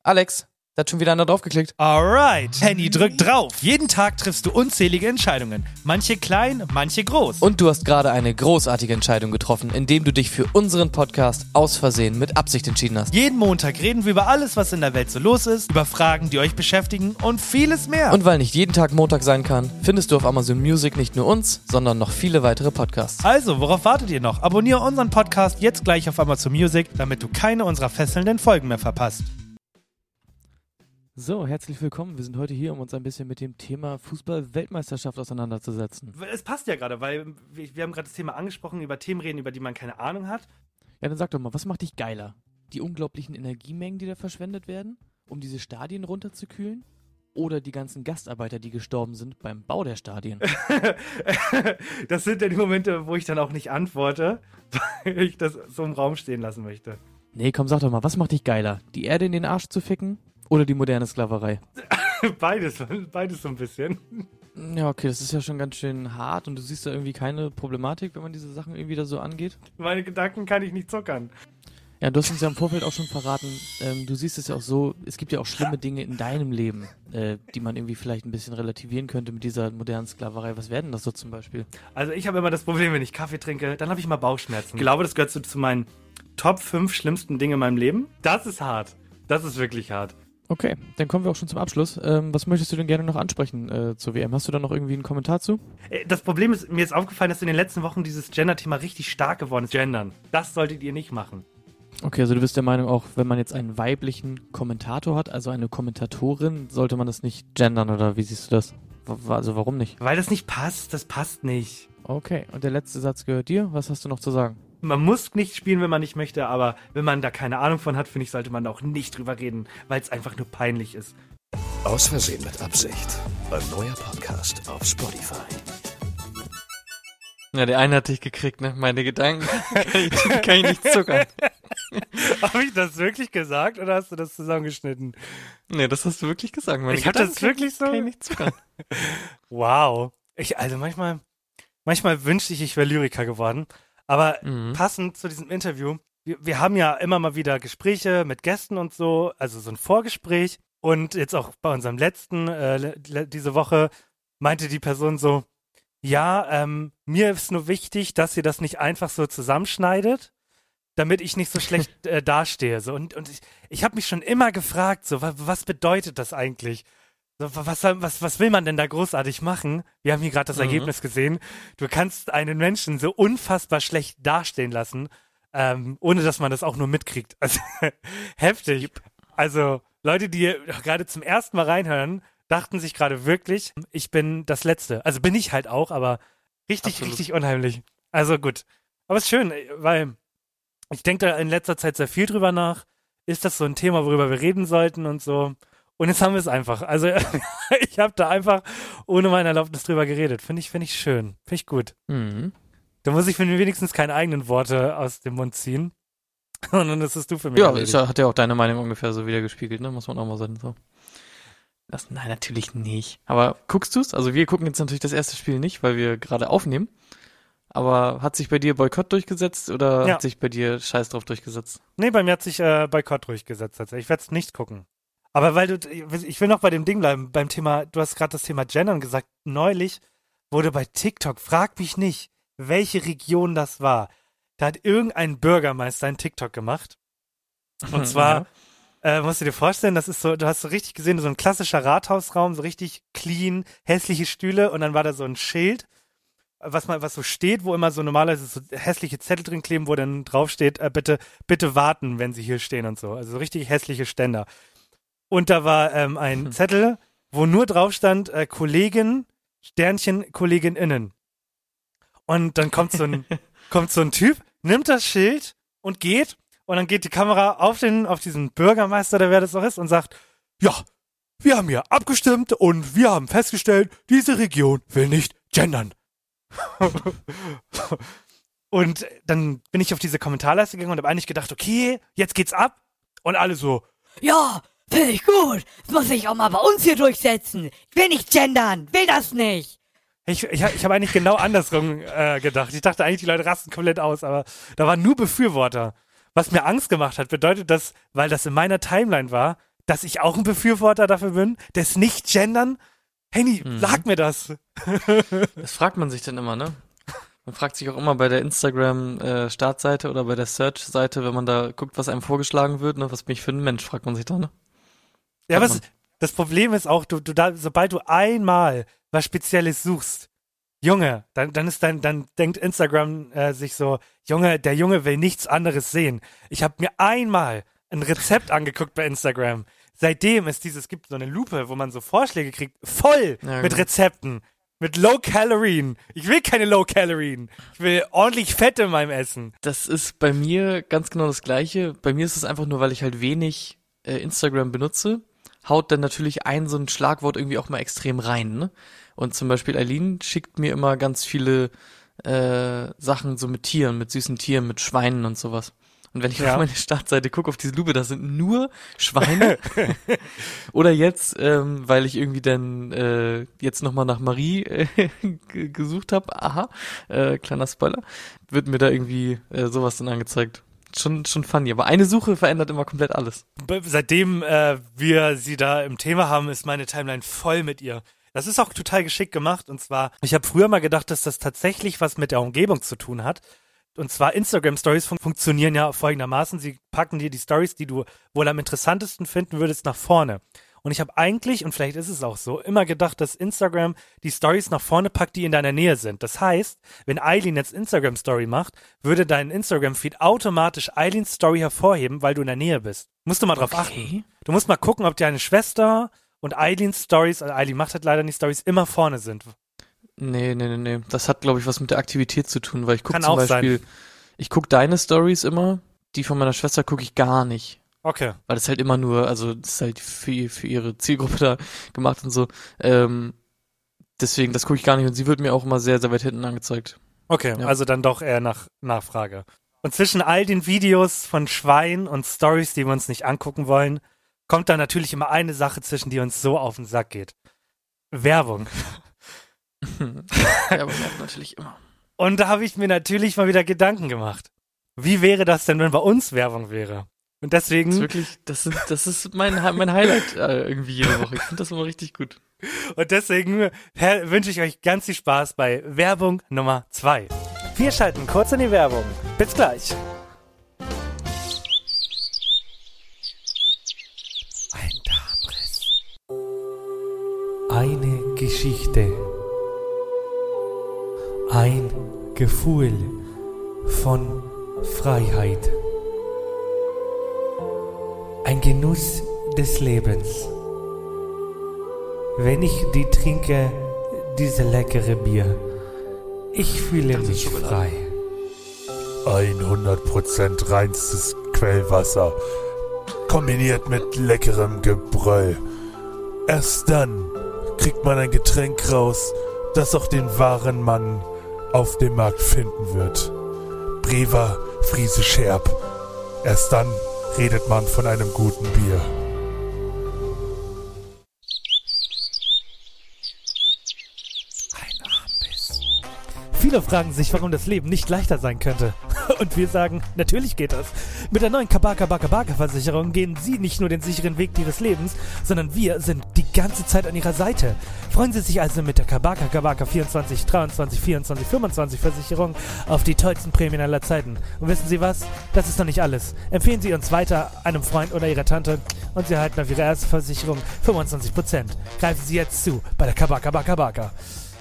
Alex, da hat schon wieder einer draufgeklickt. Alright, Henny drückt drauf. Jeden Tag triffst du unzählige Entscheidungen. Manche klein, manche groß. Und du hast gerade eine großartige Entscheidung getroffen, indem du dich für unseren Podcast aus Versehen mit Absicht entschieden hast. Jeden Montag reden wir über alles, was in der Welt so los ist, über Fragen, die euch beschäftigen und vieles mehr. Und weil nicht jeden Tag Montag sein kann, findest du auf Amazon Music nicht nur uns, sondern noch viele weitere Podcasts. Also, worauf wartet ihr noch? Abonniere unseren Podcast jetzt gleich auf Amazon Music, damit du keine unserer fesselnden Folgen mehr verpasst. So, herzlich willkommen. Wir sind heute hier, um uns ein bisschen mit dem Thema Fußball-Weltmeisterschaft auseinanderzusetzen. Es passt ja gerade, weil wir haben gerade das Thema angesprochen, über Themen reden, über die man keine Ahnung hat. Ja, dann sag doch mal, was macht dich geiler? Die unglaublichen Energiemengen, die da verschwendet werden, um diese Stadien runterzukühlen? Oder die ganzen Gastarbeiter, die gestorben sind beim Bau der Stadien? Das sind ja die Momente, wo ich dann auch nicht antworte, weil ich das so im Raum stehen lassen möchte. Nee, komm, sag doch mal, was macht dich geiler? Die Erde in den Arsch zu ficken? Oder die moderne Sklaverei? Beides so ein bisschen. Ja, okay, das ist ja schon ganz schön hart und du siehst da irgendwie keine Problematik, wenn man diese Sachen irgendwie da so angeht. Meine Gedanken kann ich nicht zuckern. Ja, du hast uns ja im Vorfeld auch schon verraten, du siehst es ja auch so, es gibt ja auch schlimme Dinge in deinem Leben, die man irgendwie vielleicht ein bisschen relativieren könnte mit dieser modernen Sklaverei. Was wäre denn das so zum Beispiel? Also ich habe immer das Problem, wenn ich Kaffee trinke, dann habe ich mal Bauchschmerzen. Ich glaube, das gehört so zu meinen Top 5 schlimmsten Dingen in meinem Leben. Das ist hart. Das ist wirklich hart. Okay, dann kommen wir auch schon zum Abschluss. Was möchtest du denn gerne noch ansprechen zur WM? Hast du da noch irgendwie einen Kommentar zu? Das Problem ist, mir ist aufgefallen, dass in den letzten Wochen dieses Gender-Thema richtig stark geworden ist. Gendern. Das solltet ihr nicht machen. Okay, also du bist der Meinung auch, wenn man jetzt einen weiblichen Kommentator hat, also eine Kommentatorin, sollte man das nicht gendern oder wie siehst du das? Also warum nicht? Weil das nicht passt. Das passt nicht. Okay, und der letzte Satz gehört dir. Was hast du noch zu sagen? Man muss nicht spielen, wenn man nicht möchte, aber wenn man da keine Ahnung von hat, finde ich, sollte man da auch nicht drüber reden, weil es einfach nur peinlich ist. Aus Versehen mit Absicht. Ein neuer Podcast auf Spotify. Ja, der eine hat dich gekriegt, ne? Meine Gedanken kann ich nicht zuckern. Habe ich das wirklich gesagt oder hast du das zusammengeschnitten? Nee, das hast du wirklich gesagt. Ich habe das wirklich so? Kann ich nicht zuckern. Wow. Also manchmal wünschte ich wäre Lyriker geworden. Aber passend zu diesem Interview, wir haben ja immer mal wieder Gespräche mit Gästen und so, also so ein Vorgespräch. Und jetzt auch bei unserem letzten, diese Woche, meinte die Person so, ja, mir ist nur wichtig, dass ihr das nicht einfach so zusammenschneidet, damit ich nicht so schlecht dastehe. So. Und ich habe mich schon immer gefragt, so, was bedeutet das eigentlich? So, was will man denn da großartig machen? Wir haben hier gerade das Ergebnis gesehen. Du kannst einen Menschen so unfassbar schlecht dastehen lassen, ohne dass man das auch nur mitkriegt. Also heftig. Also Leute, die gerade zum ersten Mal reinhören, dachten sich gerade wirklich, ich bin das Letzte. Also bin ich halt auch, aber richtig unheimlich. Also gut. Aber es ist schön, weil ich denke da in letzter Zeit sehr viel drüber nach. Ist das so ein Thema, worüber wir reden sollten und so? Und jetzt haben wir es einfach. Also ich habe da einfach ohne meine Erlaubnis drüber geredet. Finde ich schön. Finde ich gut. Mhm. Da muss ich für mich wenigstens keine eigenen Worte aus dem Mund ziehen. Und dann ist es du für mich. Ja, hat ja auch deine Meinung ungefähr so wiedergespiegelt, ne? Muss man auch mal sagen. So. Nein, natürlich nicht. Aber guckst du's? Also wir gucken jetzt natürlich das erste Spiel nicht, weil wir gerade aufnehmen. Aber hat sich bei dir Boykott durchgesetzt oder hat sich bei dir Scheiß drauf durchgesetzt? Nee, bei mir hat sich Boykott durchgesetzt. Also ich werde es nicht gucken. Aber ich will noch bei dem Ding bleiben, beim Thema, du hast gerade das Thema Gendern gesagt, neulich wurde bei TikTok, frag mich nicht, welche Region das war. Da hat irgendein Bürgermeister einen TikTok gemacht. Und zwar, musst du dir vorstellen, das ist so, du hast so richtig gesehen, so ein klassischer Rathausraum, so richtig clean, hässliche Stühle und dann war da so ein Schild, was so steht, wo immer so normalerweise so hässliche Zettel drin kleben, wo dann draufsteht, bitte warten, wenn sie hier stehen und so. Also so richtig hässliche Ständer. Und da war ein Zettel, wo nur drauf stand, Kollegen, Sternchen, KollegInnen. Und dann kommt so ein Typ, nimmt das Schild und geht. Und dann geht die Kamera auf diesen Bürgermeister, oder wer das auch ist, und sagt, ja, wir haben hier abgestimmt und wir haben festgestellt, diese Region will nicht gendern. Und dann bin ich auf diese Kommentarleiste gegangen und habe eigentlich gedacht, okay, jetzt geht's ab. Und alle so, ja, finde ich gut. Das muss ich auch mal bei uns hier durchsetzen. Ich will nicht gendern, will das nicht. Ich habe eigentlich genau andersrum gedacht. Ich dachte eigentlich, die Leute rasten komplett aus, aber da waren nur Befürworter. Was mir Angst gemacht hat, bedeutet das, weil das in meiner Timeline war, dass ich auch ein Befürworter dafür bin, des Nicht-Gendern? Henny, sag mir das. Das fragt man sich dann immer, ne? Man fragt sich auch immer bei der Instagram-Startseite oder bei der Search-Seite, wenn man da guckt, was einem vorgeschlagen wird, ne? Was bin ich für ein Mensch, fragt man sich da, ne? Ja, das Problem ist auch, sobald du einmal was Spezielles suchst, Junge, dann denkt Instagram sich so, Junge, der Junge will nichts anderes sehen. Ich habe mir einmal ein Rezept angeguckt bei Instagram. Seitdem gibt so eine Lupe, wo man so Vorschläge kriegt, voll mit Rezepten, mit Low-Calorien. Ich will keine Low-Calorien. Ich will ordentlich Fett in meinem Essen. Das ist bei mir ganz genau das Gleiche. Bei mir ist es einfach nur, weil ich halt wenig Instagram benutze, haut dann natürlich so ein Schlagwort irgendwie auch mal extrem rein, ne? Und zum Beispiel Eileen schickt mir immer ganz viele Sachen so mit Tieren, mit süßen Tieren, mit Schweinen und sowas. Und wenn ich auf meine Startseite gucke, auf diese Lupe, da sind nur Schweine. Oder jetzt, weil ich irgendwie dann jetzt nochmal nach Marie gesucht habe, kleiner Spoiler, wird mir da irgendwie sowas dann angezeigt. Schon funny, aber eine Suche verändert immer komplett alles. Seitdem wir sie da im Thema haben, ist meine Timeline voll mit ihr. Das ist auch total geschickt gemacht, und zwar, ich habe früher mal gedacht, dass das tatsächlich was mit der Umgebung zu tun hat. Und zwar Instagram-Stories funktionieren ja folgendermaßen, sie packen dir die Stories, die du wohl am interessantesten finden würdest, nach vorne. Und ich habe eigentlich, und vielleicht ist es auch so, immer gedacht, dass Instagram die Stories nach vorne packt, die in deiner Nähe sind. Das heißt, wenn Eileen jetzt Instagram-Story macht, würde dein Instagram-Feed automatisch Eileens Story hervorheben, weil du in der Nähe bist. Musst du mal drauf achten. Du musst mal gucken, ob deine Schwester und Eileens Stories, also Eileen macht halt leider nicht Stories, immer vorne sind. Nee. Das hat, glaube ich, was mit der Aktivität zu tun, weil ich gucke zum Beispiel, ich gucke deine Stories immer, die von meiner Schwester gucke ich gar nicht. Okay. Weil das halt immer nur, also das ist halt für ihre Zielgruppe da gemacht und so. Deswegen, das gucke ich gar nicht und sie wird mir auch immer sehr, sehr weit hinten angezeigt. Okay, ja. Also dann doch eher nach Nachfrage. Und zwischen all den Videos von Schweinen und Stories, die wir uns nicht angucken wollen, kommt da natürlich immer eine Sache zwischen, die uns so auf den Sack geht. Werbung. Werbung natürlich immer. Und da habe ich mir natürlich mal wieder Gedanken gemacht. Wie wäre das denn, wenn bei uns Werbung wäre? Und deswegen... Das ist mein Highlight irgendwie jede Woche. Ich finde das immer richtig gut. Und deswegen wünsche ich euch ganz viel Spaß bei Werbung Nummer 2. Wir schalten kurz in die Werbung. Bis gleich. Ein Darmriss. Eine Geschichte. Ein Gefühl von Freiheit. Ein Genuss des Lebens. Wenn ich trinke, diese leckere Bier, ich fühle mich frei. 100% reinstes Quellwasser, kombiniert mit leckerem Gebrüll. Erst dann kriegt man ein Getränk raus, das auch den wahren Mann auf dem Markt finden wird. Brewer Friese Scherb. Erst dann redet man von einem guten Bier. Ein Armbiss. Viele fragen sich, warum das Leben nicht leichter sein könnte. Und wir sagen, natürlich geht das. Mit der neuen Kabaka-Versicherung gehen Sie nicht nur den sicheren Weg Ihres Lebens, sondern wir sind die ganze Zeit an Ihrer Seite. Freuen Sie sich also mit der Kabaka 24, 23, 24, 25 Versicherung auf die tollsten Prämien aller Zeiten. Und wissen Sie was? Das ist noch nicht alles. Empfehlen Sie uns weiter einem Freund oder Ihrer Tante und Sie erhalten auf Ihre erste Versicherung 25%. Greifen Sie jetzt zu bei der Kabaka.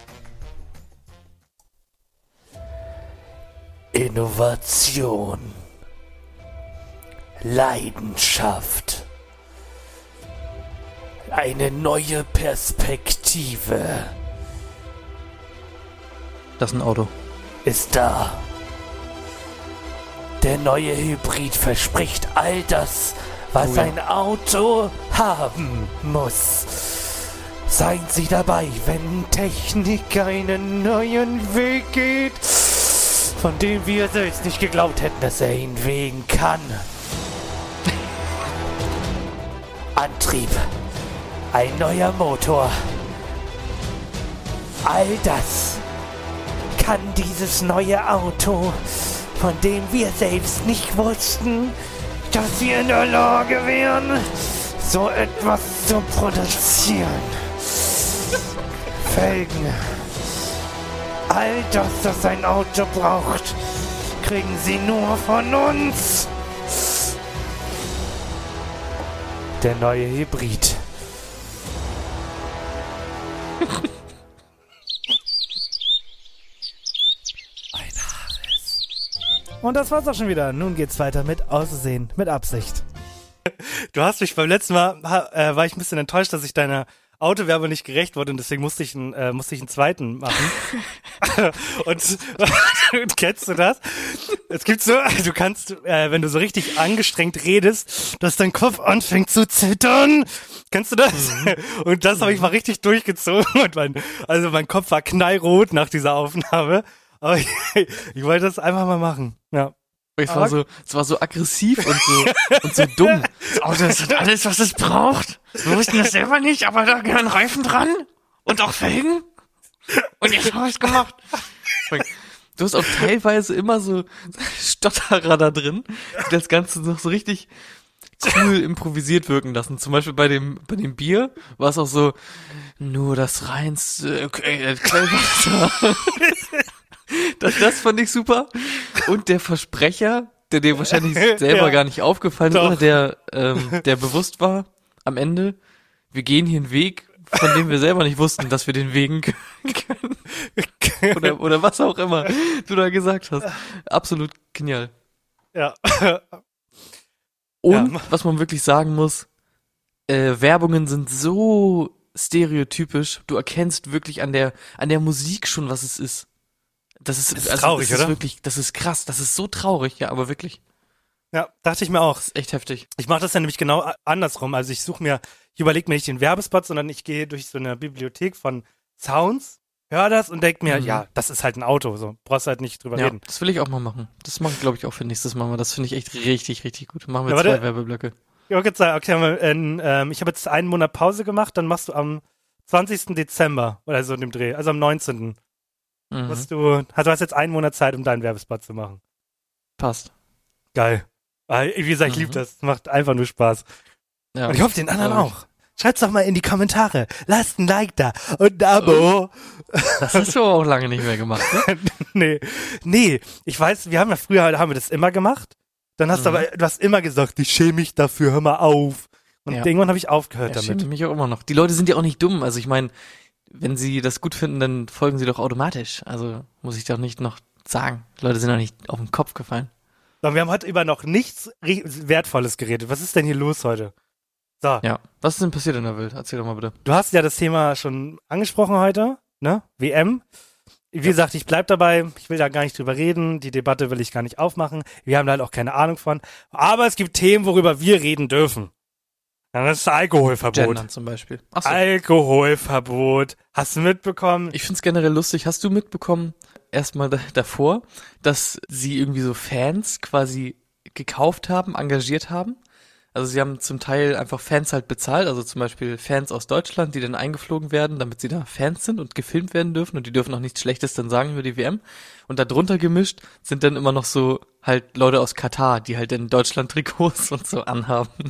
Innovation, Leidenschaft, eine neue Perspektive. Das ist ein Auto. Ist da. Der neue Hybrid verspricht all das, was ein Auto haben muss. Seien Sie dabei, wenn Technik einen neuen Weg geht, von dem wir selbst nicht geglaubt hätten, dass er ihn wegen kann. Antrieb, ein neuer Motor. All das kann dieses neue Auto, von dem wir selbst nicht wussten, dass wir in der Lage wären. so etwas zu produzieren. Felgen. All das ein Auto braucht, kriegen sie nur von uns. Der neue Hybrid. Und das war's auch schon wieder. Nun geht's weiter mit Aussehen, mit Absicht. Du hast mich beim letzten Mal, war ich ein bisschen enttäuscht, dass ich deiner Autowerbung nicht gerecht wurde und deswegen musste ich einen zweiten machen. und kennst du das? Es gibt so, du kannst, wenn du so richtig angestrengt redest, dass dein Kopf anfängt zu zittern. Kennst du das? Und das habe ich mal richtig durchgezogen und mein Kopf war knallrot nach dieser Aufnahme. Aber ich wollte das einfach mal machen. Ja. Es war so aggressiv und so dumm. Das Auto hat alles, was es braucht. Wir wussten das selber nicht, aber da gehören Reifen dran und auch Felgen. Und jetzt habe ich es gemacht. Du hast auch teilweise immer so Stotterer da drin, die das Ganze noch so richtig cool improvisiert wirken lassen. Zum Beispiel bei dem Bier war es auch so, nur das reinste Quellwasser. Das fand ich super. Und der Versprecher, der dir wahrscheinlich selber gar nicht aufgefallen ist, oder der bewusst war am Ende, wir gehen hier einen Weg, von dem wir selber nicht wussten, dass wir den wägen können. Oder was auch immer du da gesagt hast. Absolut genial. Ja. Und, was man wirklich sagen muss, Werbungen sind so stereotypisch, du erkennst wirklich an der Musik schon, was es ist. Das ist traurig, das ist oder? Wirklich, das ist krass, das ist so traurig, ja, aber wirklich. Ja, dachte ich mir auch. Das ist echt heftig. Ich mache das ja nämlich genau andersrum. Also ich überlege mir nicht den Werbespot, sondern ich gehe durch so eine Bibliothek von Sounds, höre das und denke mir, ja, das ist halt ein Auto, so brauchst halt nicht drüber reden. Das will ich auch mal machen. Das mache ich, glaube ich, auch für nächstes Mal. Das finde ich echt richtig, richtig gut. Machen wir 2 Werbeblöcke. Ja, okay, ich habe jetzt einen Monat Pause gemacht, dann machst du am 20. Dezember oder so in dem Dreh, also am 19. Du hast jetzt einen Monat Zeit, um deinen Werbespot zu machen. Passt. Geil. Wie gesagt, ich liebe das. Macht einfach nur Spaß. Ja. Und ich hoffe, den anderen auch. Schreibt's doch mal in die Kommentare. Lasst ein Like da und ein Abo. Das hast du auch lange nicht mehr gemacht, ne? Nee. Ich weiß, früher haben wir das immer gemacht. Dann hast du hast immer gesagt, ich schäme mich dafür, hör mal auf. Und irgendwann habe ich aufgehört damit. Ich schäme mich auch immer noch. Die Leute sind ja auch nicht dumm. Also ich meine, wenn sie das gut finden, dann folgen sie doch automatisch. Also muss ich doch nicht noch sagen. Die Leute sind doch nicht auf den Kopf gefallen. So, wir haben heute über noch nichts Wertvolles geredet. Was ist denn hier los heute? So. Ja, was ist denn passiert in der Welt? Erzähl doch mal bitte. Du hast ja das Thema schon angesprochen heute, ne? WM. Wie gesagt, ich bleib dabei. Ich will da gar nicht drüber reden. Die Debatte will ich gar nicht aufmachen. Wir haben da halt auch keine Ahnung von. Aber es gibt Themen, worüber wir reden dürfen. Ja, das ist Alkoholverbot. Gendern zum Beispiel. Ach so. Alkoholverbot. Hast du mitbekommen? Ich find's generell lustig. Hast du mitbekommen, erstmal davor, dass sie irgendwie so Fans quasi gekauft haben, engagiert haben? Also sie haben zum Teil einfach Fans halt bezahlt, also zum Beispiel Fans aus Deutschland, die dann eingeflogen werden, damit sie da Fans sind und gefilmt werden dürfen und die dürfen auch nichts Schlechtes dann sagen über die WM. Und da drunter gemischt sind dann immer noch so halt Leute aus Katar, die halt in Deutschland Trikots und so anhaben.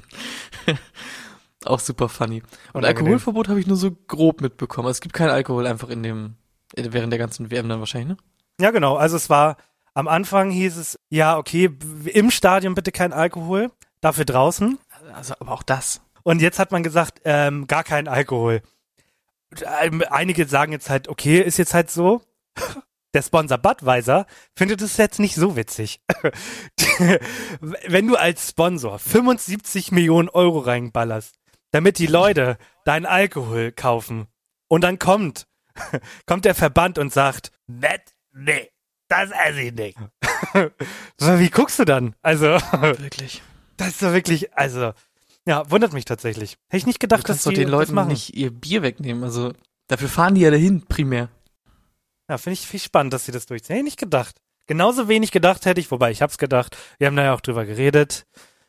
Auch super funny. Und Alkoholverbot habe ich nur so grob mitbekommen. Also es gibt keinen Alkohol einfach während der ganzen WM dann wahrscheinlich, ne? Ja, genau. Also es war, am Anfang hieß es, ja, okay, im Stadion bitte kein Alkohol. Dafür draußen. Also, aber auch das. Und jetzt hat man gesagt, gar kein Alkohol. Einige sagen jetzt halt, okay, ist jetzt halt so. Der Sponsor Budweiser findet es jetzt nicht so witzig. Wenn du als Sponsor 75 Millionen Euro reinballerst, damit die Leute deinen Alkohol kaufen und dann kommt der Verband und sagt, nee, das esse ich nicht. Wie guckst du dann? Also Wirklich. Das ist doch wirklich, also, ja, wundert mich tatsächlich. Hätte ich nicht gedacht, dass die den Leuten machen. nicht ihr Bier wegnehmen. Also dafür fahren die ja dahin, primär. Ja, finde ich viel spannend, dass sie das durchziehen. Hätte ich nicht gedacht. Genauso wenig gedacht hätte ich, wobei ich hab's gedacht. Wir haben da ja auch drüber geredet.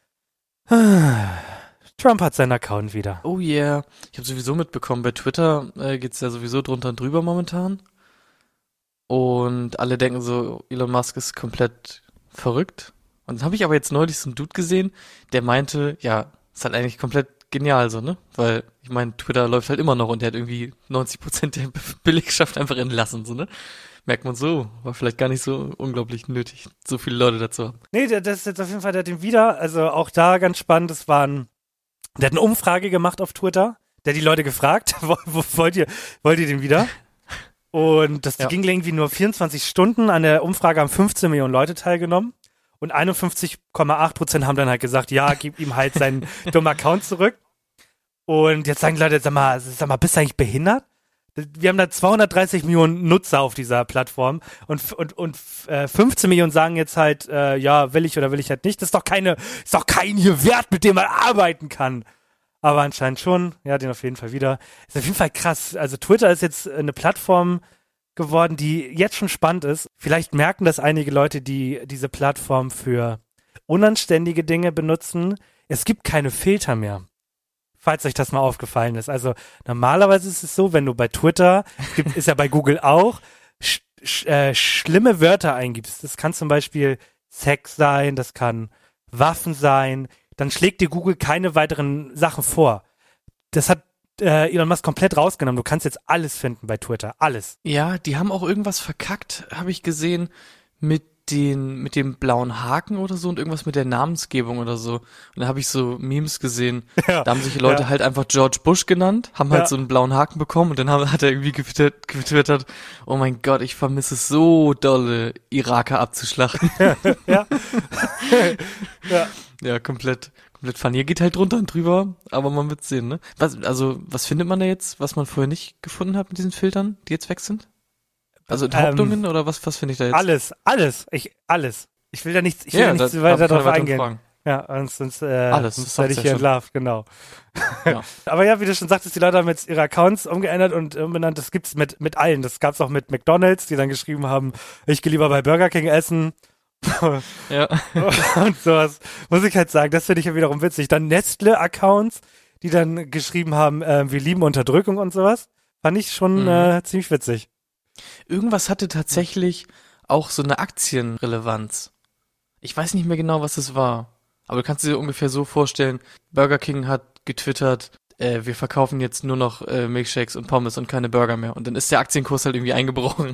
Trump hat seinen Account wieder. Oh yeah. Ich habe sowieso mitbekommen, bei Twitter geht's ja sowieso drunter und drüber momentan. Und alle denken so, Elon Musk ist komplett verrückt. Und dann habe ich aber jetzt neulich so einen Dude gesehen, der meinte, ja, ist halt eigentlich komplett genial so, ne? Weil, ich meine, Twitter läuft halt immer noch und der hat irgendwie 90% der Belegschaft einfach entlassen, so, ne? Merkt man so, war vielleicht gar nicht so unglaublich nötig, so viele Leute dazu haben. Nee, das ist jetzt auf jeden Fall, der hat ihn wieder, also auch da ganz spannend, der hat eine Umfrage gemacht auf Twitter, der hat die Leute gefragt, wollt ihr den wieder? Und das ging irgendwie nur 24 Stunden, an der Umfrage haben 15 Millionen Leute teilgenommen und 51,8% haben dann halt gesagt, ja, gib ihm halt seinen dummen Account zurück. Und jetzt sagen die Leute, sag mal, bist du eigentlich behindert? Wir haben da 230 Millionen Nutzer auf dieser Plattform und 15 Millionen sagen jetzt halt, ja, will ich oder will ich halt nicht. Das ist doch kein hier Wert, mit dem man arbeiten kann. Aber anscheinend schon, ja, den auf jeden Fall wieder. Ist auf jeden Fall krass. Also Twitter ist jetzt eine Plattform geworden, die jetzt schon spannend ist. Vielleicht merken das einige Leute, die diese Plattform für unanständige Dinge benutzen. Es gibt keine Filter mehr. Falls euch das mal aufgefallen ist. Also normalerweise ist es so, wenn du bei Twitter, ist ja bei Google auch, schlimme Wörter eingibst. Das kann zum Beispiel Sex sein, das kann Waffen sein. Dann schlägt dir Google keine weiteren Sachen vor. Das hat Elon Musk komplett rausgenommen. Du kannst jetzt alles finden bei Twitter. Alles. Ja, die haben auch irgendwas verkackt, habe ich gesehen, mit dem blauen Haken oder so und irgendwas mit der Namensgebung oder so. Und da habe ich so Memes gesehen. Ja, da haben sich Leute halt einfach George Bush genannt, haben halt so einen blauen Haken bekommen und dann hat er irgendwie getwittert, oh mein Gott, ich vermisse es so dolle, Iraker abzuschlachten. Ja. Ja, komplett funny. Hier geht halt drunter und drüber, aber man wird sehen, ne? Was findet man da jetzt, was man vorher nicht gefunden hat mit diesen Filtern, die jetzt weg sind? Also Enthauptungen oder was finde ich da jetzt? Alles. Ich will da nichts weiter darauf eingehen. Ja, sonst werde ich hier entlarvt, genau. Ja. Aber ja, wie du schon sagtest, die Leute haben jetzt ihre Accounts umgeändert und umbenannt. Das gibt's mit allen. Das gab's auch mit McDonald's, die dann geschrieben haben, ich gehe lieber bei Burger King essen. Ja. Und sowas. Muss ich halt sagen, das finde ich ja wiederum witzig. Dann Nestle-Accounts, die dann geschrieben haben, wir lieben Unterdrückung und sowas. Fand ich schon ziemlich witzig. Irgendwas hatte tatsächlich auch so eine Aktienrelevanz. Ich weiß nicht mehr genau, was es war. Aber du kannst dir ungefähr so vorstellen, Burger King hat getwittert, wir verkaufen jetzt nur noch Milkshakes und Pommes und keine Burger mehr. Und dann ist der Aktienkurs halt irgendwie eingebrochen.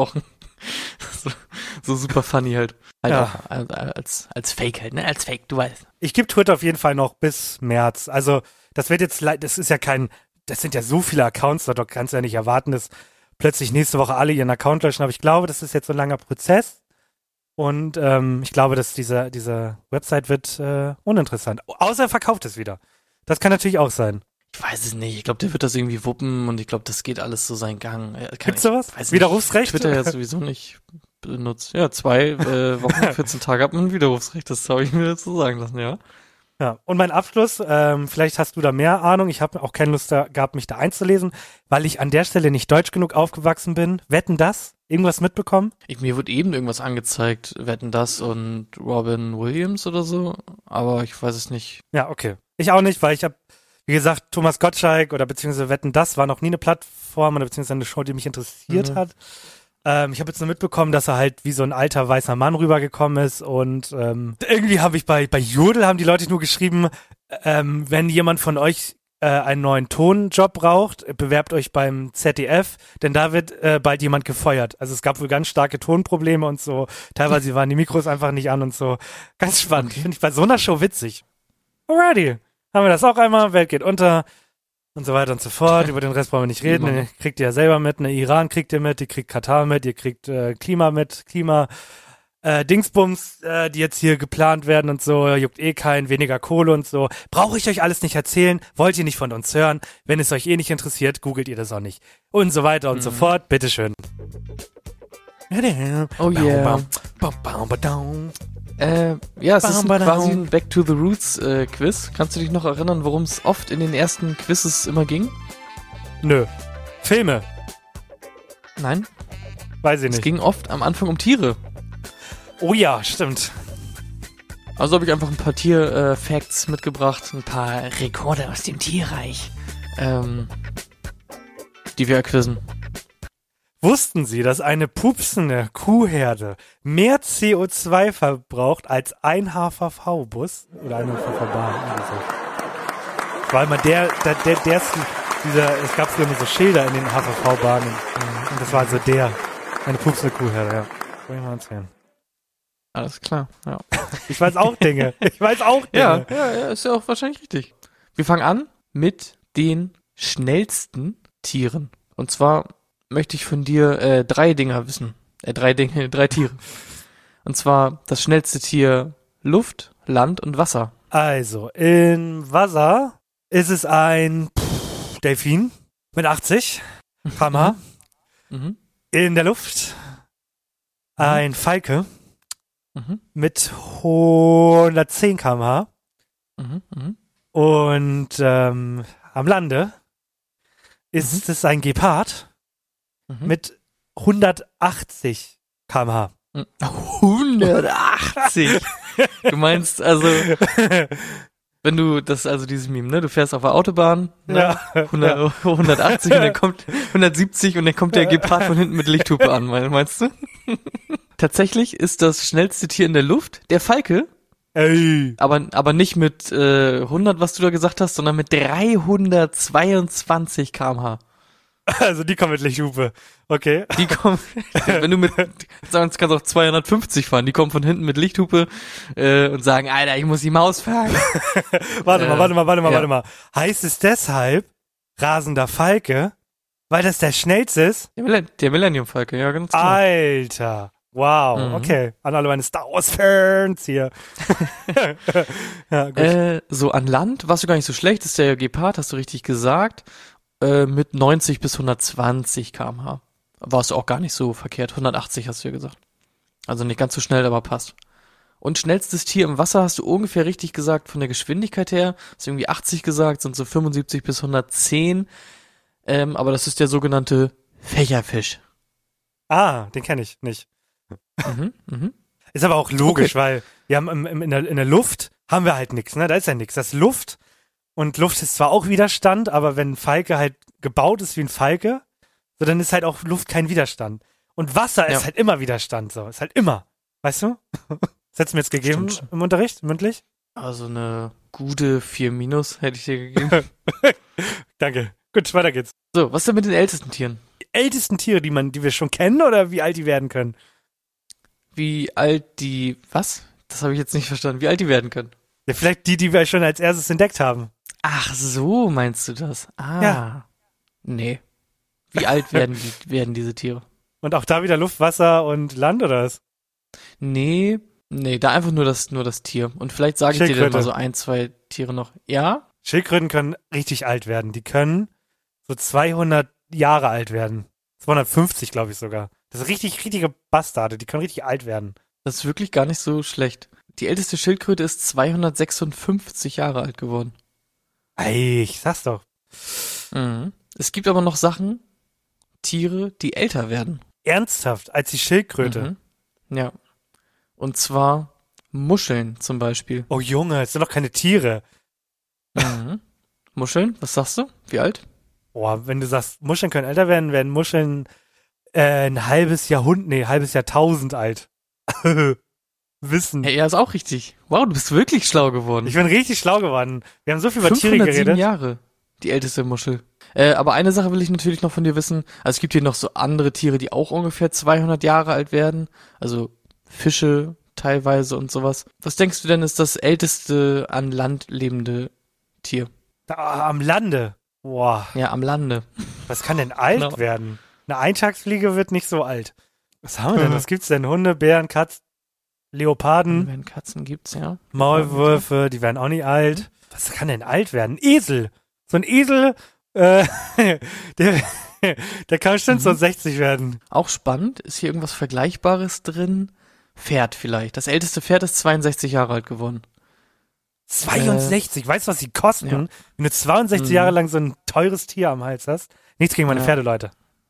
so super funny halt. Ja. Als Fake halt, ne? Als Fake, du weißt. Ich gebe Twitter auf jeden Fall noch bis März. Also das sind ja so viele Accounts, da kannst du ja nicht erwarten, dass plötzlich nächste Woche alle ihren Account löschen. Aber ich glaube, das ist jetzt so ein langer Prozess. Und ich glaube, dass diese Website wird uninteressant. Außer er verkauft es wieder. Das kann natürlich auch sein. Ich weiß es nicht. Ich glaube, der wird das irgendwie wuppen und ich glaube, das geht alles so seinen Gang. Gibt's sowas? Widerrufsrecht? Twitter ja sowieso nicht benutzt. Ja, 2 Wochen, 14 Tage hat man ein Widerrufsrecht. Das habe ich mir dazu sagen lassen, ja. Ja, und mein Abschluss, vielleicht hast du da mehr Ahnung, ich habe auch keine Lust gehabt, mich da einzulesen, weil ich an der Stelle nicht deutsch genug aufgewachsen bin. Wetten, das? Irgendwas mitbekommen? Mir wurde eben irgendwas angezeigt, Wetten, das und Robin Williams oder so, aber ich weiß es nicht. Ja, okay. Ich auch nicht, weil ich habe, wie gesagt, Thomas Gottschalk oder beziehungsweise Wetten, das war noch nie eine Plattform oder beziehungsweise eine Show, die mich interessiert hat. Ich habe jetzt nur mitbekommen, dass er halt wie so ein alter weißer Mann rübergekommen ist und irgendwie habe ich bei Jodel haben die Leute nur geschrieben, wenn jemand von euch einen neuen Tonjob braucht, bewerbt euch beim ZDF, denn da wird bald jemand gefeuert. Also es gab wohl ganz starke Tonprobleme und so. Teilweise waren die Mikros einfach nicht an und so. Ganz spannend. Finde ich bei so einer Show witzig. Alrighty. Haben wir das auch einmal. Welt geht unter. Und so weiter und so fort. Über den Rest brauchen wir nicht reden. Den kriegt ihr ja selber mit. Iran kriegt ihr mit, ihr kriegt Katar mit, ihr kriegt Klima mit, Dingsbums, die jetzt hier geplant werden und so, juckt eh keinen, weniger Kohle und so. Brauche ich euch alles nicht erzählen, wollt ihr nicht von uns hören. Wenn es euch eh nicht interessiert, googelt ihr das auch nicht. Und so weiter und so fort. Bitteschön. Oh yeah. Ja, es ist quasi ein Back to the Roots Quiz. Kannst du dich noch erinnern, worum es oft in den ersten Quizzes immer ging? Nö. Filme. Nein? Weiß ich nicht. Es ging oft am Anfang um Tiere. Oh ja, stimmt. Also habe ich einfach ein paar Tier-Facts mitgebracht, ein paar Rekorde aus dem Tierreich, die wir erquizzen. Wussten Sie, dass eine pupsende Kuhherde mehr CO2 verbraucht als ein HVV-Bus oder eine HVV-Bahn? war immer der ist es gab früher immer so Schilder in den HVV-Bahnen. Und das war also eine pupsende Kuhherde, ja. Wollte ich mal erzählen. Alles klar, ja. Ich weiß auch Dinge. Ja, ist ja auch wahrscheinlich richtig. Wir fangen an mit den schnellsten Tieren. Und zwar möchte ich von dir drei Tiere. Und zwar das schnellste Tier Luft, Land und Wasser. Also, in Wasser ist es ein Delfin mit 80 km/h. Mhm. In der Luft ein Falke Mhm. mit 110 km/h. Mhm. Mhm. Und am Lande ist es ein Gepard Mhm. mit 180 km/h. 180. Du meinst also, wenn du dieses Meme, ne? Du fährst auf der Autobahn, ne? Ja. 180 und dann kommt 170 und dann kommt der Gepard von hinten mit Lichthupe an, meinst du? Tatsächlich ist das schnellste Tier in der Luft der Falke, Ey. aber nicht mit 100, was du da gesagt hast, sondern mit 322 km/h. Also die kommen mit Lichthupe. Okay. Die kommen, wenn du kannst auch 250 fahren, die kommen von hinten mit Lichthupe und sagen, Alter, ich muss die Maus fangen. Warte mal. Heißt es deshalb rasender Falke, weil das der schnellste ist? Der Millennium Falke, ja, ganz klar. Alter. Wow. Mhm. Okay. An alle meine Star Wars Fans hier. Ja, gut. So an Land warst du gar nicht so schlecht, ist der Gepard, hast du richtig gesagt, mit 90 bis 120 km/h. Warst du auch gar nicht so verkehrt. 180 hast du ja gesagt. Also nicht ganz so schnell, aber passt. Und schnellstes Tier im Wasser hast du ungefähr richtig gesagt von der Geschwindigkeit her. Hast du irgendwie 80 gesagt, sind so 75 bis 110. Aber das ist der sogenannte Fächerfisch. Den kenne ich nicht. Mhm. Ist aber auch logisch, weil wir haben in der Luft haben wir halt nichts, ne? Da ist ja nichts. Das ist Luft. Und Luft ist zwar auch Widerstand, aber wenn ein Falke halt gebaut ist wie ein Falke, so dann ist halt auch Luft kein Widerstand. Und Wasser ist halt immer Widerstand, so. Ist halt immer. Weißt du? Das hättest du mir jetzt gegeben im Unterricht, mündlich? Also eine gute 4- hätte ich dir gegeben. Danke. Gut, weiter geht's. So, was ist denn mit den ältesten Tieren? Die ältesten Tiere, die wir schon kennen oder wie alt die werden können? Wie alt die, was? Das habe ich jetzt nicht verstanden. Wie alt die werden können? Ja, vielleicht die wir schon als erstes entdeckt haben. Ach so, meinst du das? Ja. Nee. Wie alt werden diese Tiere? Und auch da wieder Luft, Wasser und Land, oder was? Nee, da einfach nur das Tier. Und vielleicht sage ich dir dann mal so 1, 2 Tiere noch. Ja? Schildkröten können richtig alt werden. Die können so 200 Jahre alt werden. 250, glaube ich sogar. Das sind richtige Bastarde. Die können richtig alt werden. Das ist wirklich gar nicht so schlecht. Die älteste Schildkröte ist 256 Jahre alt geworden. Ey, ich sag's doch. Mhm. Es gibt aber noch Tiere, die älter werden. Ernsthaft, als die Schildkröte? Mhm. Ja. Und zwar Muscheln zum Beispiel. Oh Junge, es sind doch keine Tiere. Mhm. Muscheln, was sagst du? Wie alt? Boah, wenn du sagst, Muscheln können älter werden, werden Muscheln ein halbes Jahrtausend alt. Wissen. Hey, ja, ist auch richtig. Wow, du bist wirklich schlau geworden. Ich bin richtig schlau geworden. Wir haben so viel über Tiere 507 geredet. Jahre, die älteste Muschel. Aber eine Sache will ich natürlich noch von dir wissen. Also es gibt hier noch so andere Tiere, die auch ungefähr 200 Jahre alt werden. Also Fische teilweise und sowas. Was denkst du denn ist das älteste an Land lebende Tier? Da, am Lande. Boah. Ja, am Lande. Was kann denn alt Genau. werden? Eine Eintagsfliege wird nicht so alt. Was haben wir denn? Was gibt's denn? Hunde, Bären, Katzen, Leoparden, Wenn Katzen gibt's, ja. Maulwürfe, die werden auch nicht alt. Was kann denn alt werden? Ein Esel. So ein Esel, der kann bestimmt so 60 werden. Auch spannend. Ist hier irgendwas Vergleichbares drin? Pferd vielleicht. Das älteste Pferd ist 62 Jahre alt geworden. 62, weißt du, was die kosten? Ja. Wenn du 62 Jahre lang so ein teures Tier am Hals hast. Nichts gegen meine Ja. Pferde, Leute.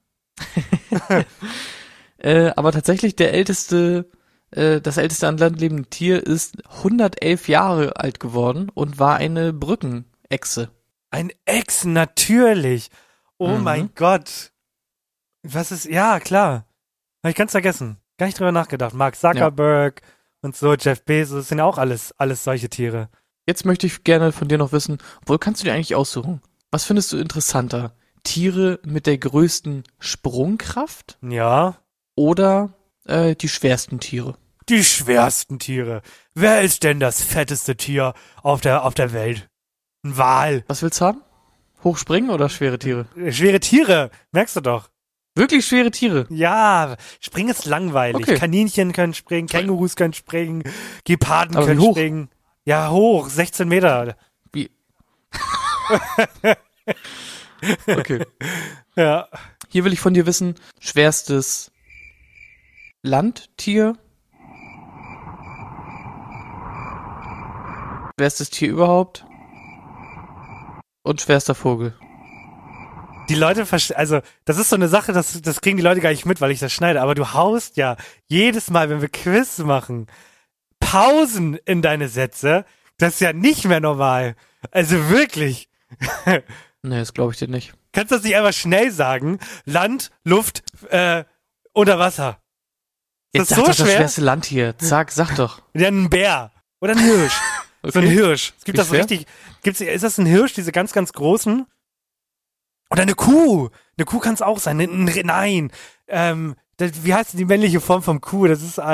Aber tatsächlich das älteste an Land lebende Tier ist 111 Jahre alt geworden und war eine Brückenechse. Ein Echsen, natürlich. Oh mein Gott. Was ist, ja, klar. Hab ich ganz vergessen. Gar nicht drüber nachgedacht. Mark Zuckerberg und so, Jeff Bezos, sind ja auch alles solche Tiere. Jetzt möchte ich gerne von dir noch wissen, obwohl kannst du dir eigentlich aussuchen, was findest du interessanter? Tiere mit der größten Sprungkraft Ja. oder die schwersten Tiere? Die schwersten Tiere. Wer ist denn das fetteste Tier auf der Welt? Ein Wal. Was willst du haben? Hochspringen oder schwere Tiere? Schwere Tiere, merkst du doch. Wirklich schwere Tiere? Ja, Springen ist langweilig. Okay. Kaninchen können springen, Kängurus können springen, Geparden Aber wie können hoch? springen. Ja, hoch, 16 Meter. Wie? Okay. Ja. Hier will ich von dir wissen, schwerstes Landtier, schwerstes Tier überhaupt und schwerster Vogel. Die Leute also das ist so eine Sache, das kriegen die Leute gar nicht mit, weil ich das schneide, aber du haust ja jedes Mal, wenn wir Quiz machen, Pausen in deine Sätze. Das ist ja nicht mehr normal. Also wirklich. Nee, das glaube ich dir nicht. Kannst du das nicht einfach schnell sagen? Land, Luft, unter Wasser. Jetzt das sag so doch das schwer? schwerste Landtier. Sag doch. Ja, ein Bär. Oder ein Hirsch. So ein Okay. Hirsch. Es gibt Wie das so schwer? richtig. Ist das ein Hirsch, diese ganz, ganz großen? Oder eine Kuh. Eine Kuh kann es auch sein. Nein. Wie heißt denn die männliche Form vom Kuh? Das ist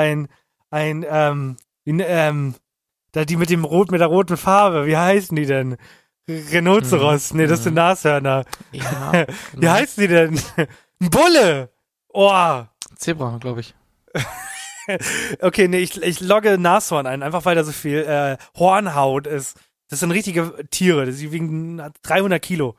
die mit der roten Farbe. Wie heißen die denn? Rhinoceros. Nee, das sind Nashörner. Ja. Wie heißen die denn? Ein Bulle. Oh. Zebra, glaube ich. Okay, nee, ich logge Nashorn ein, einfach weil da so viel Hornhaut ist. Das sind richtige Tiere, die wiegen 300 Kilo.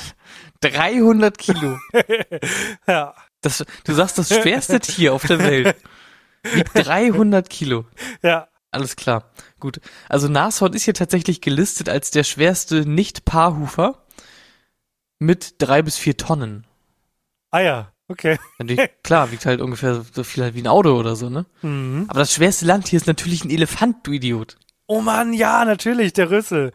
300 Kilo. Ja. Du sagst, das schwerste Tier auf der Welt wiegt 300 Kilo. Ja. Alles klar. Gut. Also Nashorn ist hier tatsächlich gelistet als der schwerste Nicht-Paarhufer mit 3 bis 4 Tonnen. Ah ja, okay. Natürlich, klar, wiegt halt ungefähr so viel halt wie ein Auto oder so, ne? Mhm. Aber das schwerste Landtier ist natürlich ein Elefant, du Idiot. Oh Mann, ja, natürlich, der Rüssel.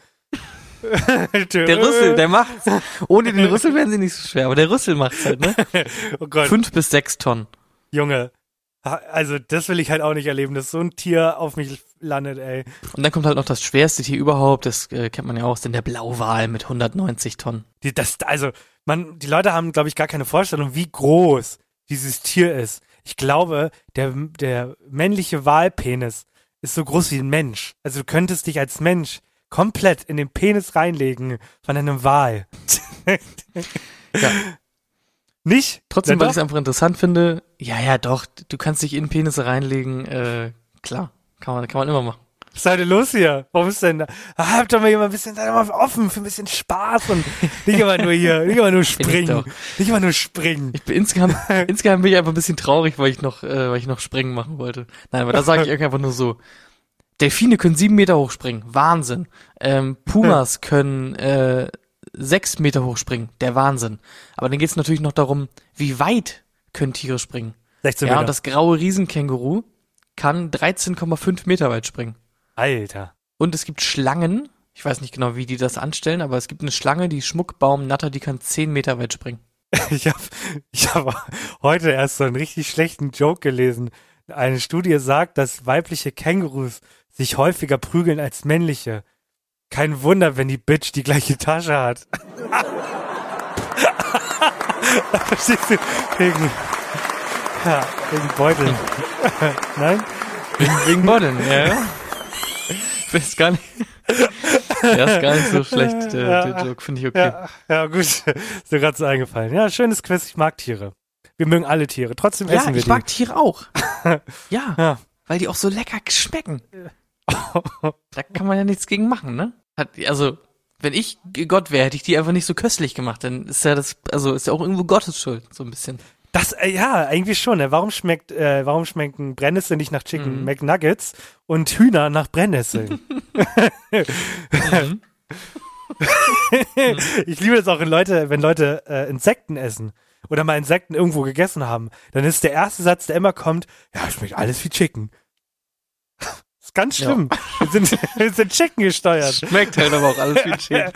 Der Rüssel, der macht's. Ohne den Rüssel wären sie nicht so schwer, aber der Rüssel macht's halt, ne? Oh Gott, 5 bis 6 Tonnen. Junge. Also, das will ich halt auch nicht erleben, dass so ein Tier auf mich landet, ey. Und dann kommt halt noch das schwerste Tier überhaupt, das kennt man ja auch, ist denn der Blauwal mit 190 Tonnen. Die Leute haben, glaube ich, gar keine Vorstellung, wie groß dieses Tier ist. Ich glaube, der männliche Walpenis ist so groß wie ein Mensch. Also du könntest dich als Mensch komplett in den Penis reinlegen von einem Wal. Ja. Nicht? Trotzdem, Ja, weil doch. ich es einfach interessant finde, ja, doch, du kannst dich in Penisse reinlegen, klar, kann man immer machen. Was ist heute los hier? Warum ist denn da? Habt doch mal ein bisschen, seid doch mal offen für ein bisschen Spaß und nicht immer nur hier, nicht immer nur springen. doch. Nicht immer nur springen. Ich bin insgesamt bin ich einfach ein bisschen traurig, weil ich noch Springen machen wollte. Nein, aber da sage ich irgendwie einfach nur so, Delfine können 7 Meter hochspringen, Wahnsinn. Pumas können 6 Meter hochspringen, der Wahnsinn. Aber dann geht es natürlich noch darum, wie weit können Tiere springen. 16 Ja, Meter. und das graue Riesenkänguru kann 13,5 Meter weit springen. Alter. Und es gibt Schlangen, ich weiß nicht genau, wie die das anstellen, aber es gibt eine Schlange, die Schmuckbaumnatter, die kann 10 Meter weit springen. Ich hab heute erst so einen richtig schlechten Joke gelesen. Eine Studie sagt, dass weibliche Kängurus sich häufiger prügeln als männliche. Kein Wunder, wenn die Bitch die gleiche Tasche hat. Verstehst du? Wegen Beuteln. Nein? Wegen Modeln, ja. Ist gar nicht, ist gar nicht so schlecht, der Joke, finde ich okay. Ja, gut. Ist mir gerade so eingefallen. Ja, schönes Quiz. Ich mag Tiere. Wir mögen alle Tiere. Trotzdem Ja, essen wir ich die. mag Tiere auch. Ja, Ja. weil die auch so lecker schmecken. Da kann man ja nichts gegen machen, ne? Also, wenn ich Gott wäre, hätte ich die einfach nicht so köstlich gemacht. Dann ist ja ist ja auch irgendwo Gottes Schuld, so ein bisschen. Das, ja, eigentlich schon. Ne? Warum schmecken Brennnesseln nicht nach Chicken McNuggets und Hühner nach Brennnesseln? Ich liebe das auch, wenn Leute Insekten essen oder mal Insekten irgendwo gegessen haben. Dann ist der erste Satz, der immer kommt, ja, schmeckt alles wie Chicken. Das ist ganz schlimm. Wir sind Chicken gesteuert. Schmeckt halt aber auch alles wie Chicken.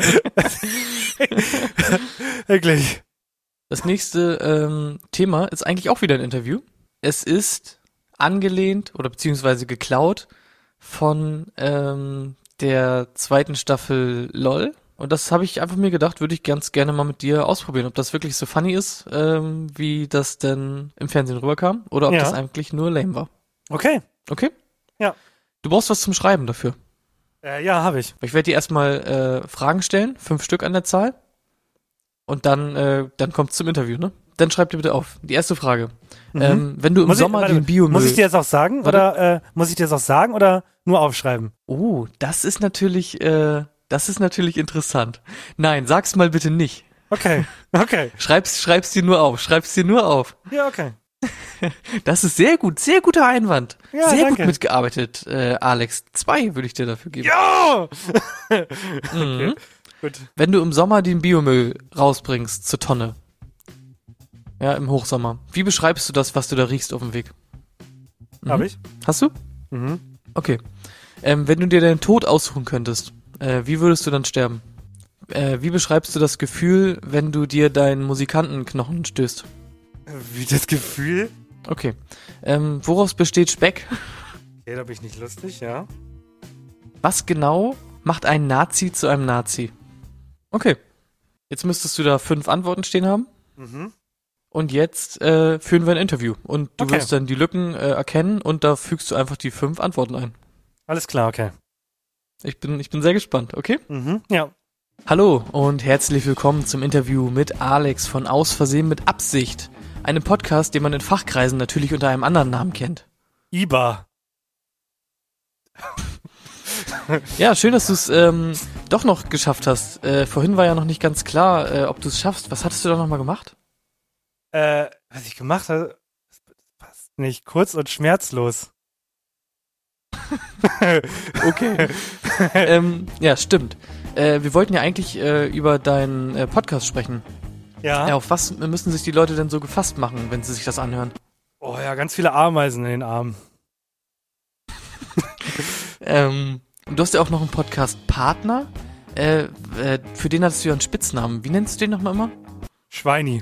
Wirklich. Das nächste Thema ist eigentlich auch wieder ein Interview. Es ist angelehnt oder beziehungsweise geklaut von der 2. Staffel LOL. Und das habe ich einfach mir gedacht, würde ich ganz gerne mal mit dir ausprobieren, ob das wirklich so funny ist, wie das denn im Fernsehen rüberkam, oder ob das eigentlich nur lame war. Okay. Okay? Ja. Du brauchst was zum Schreiben dafür. Ja, habe ich. Ich werde dir erstmal Fragen stellen, 5 Stück an der Zahl. Und dann kommt's zum Interview, ne? Dann schreib dir bitte auf. Die erste Frage. Wenn du im Sommer den Biomüll... Muss ich dir das auch sagen? Oder muss ich dir das auch sagen oder nur aufschreiben? Oh, das ist natürlich interessant. Nein, sag's mal bitte nicht. Okay. Schreib's dir nur auf. Ja, okay. Das ist sehr gut, sehr guter Einwand. Ja, sehr danke. gut mitgearbeitet, Alex. 2 würde ich dir dafür geben. Ja! Mhm. Gut. Wenn du im Sommer den Biomüll rausbringst zur Tonne, ja, im Hochsommer, wie beschreibst du das, was du da riechst auf dem Weg? Hab ich. Hast du? Mhm. Okay. Wenn du dir deinen Tod aussuchen könntest, wie würdest du dann sterben? Wie beschreibst du das Gefühl, wenn du dir deinen Musikantenknochen stößt? Wie das Gefühl? Okay. Woraus besteht Speck? Okay, da bin ich nicht lustig, ja. Was genau macht ein Nazi zu einem Nazi? Okay. Jetzt müsstest du da 5 Antworten stehen haben. Mhm. Und jetzt führen wir ein Interview. Und du Okay. wirst dann die Lücken erkennen und da fügst du einfach die 5 Antworten ein. Alles klar, okay. Ich bin sehr gespannt, okay? Mhm. Ja. Hallo und herzlich willkommen zum Interview mit Alex von Aus Versehen mit Absicht. Einem Podcast, den man in Fachkreisen natürlich unter einem anderen Namen kennt. IBA. Ja, schön, dass du es doch noch geschafft hast. Vorhin war ja noch nicht ganz klar, ob du es schaffst. Was hattest du da nochmal gemacht? Was ich gemacht habe, das passt nicht. Kurz und schmerzlos. Okay. Ja, stimmt. Wir wollten ja eigentlich über deinen Podcast sprechen. Ja. Ja, auf was müssen sich die Leute denn so gefasst machen, wenn sie sich das anhören? Oh ja, ganz viele Ameisen in den Armen. Du hast ja auch noch einen Podcast-Partner. Für den hattest du ja einen Spitznamen. Wie nennst du den nochmal immer? Schweini.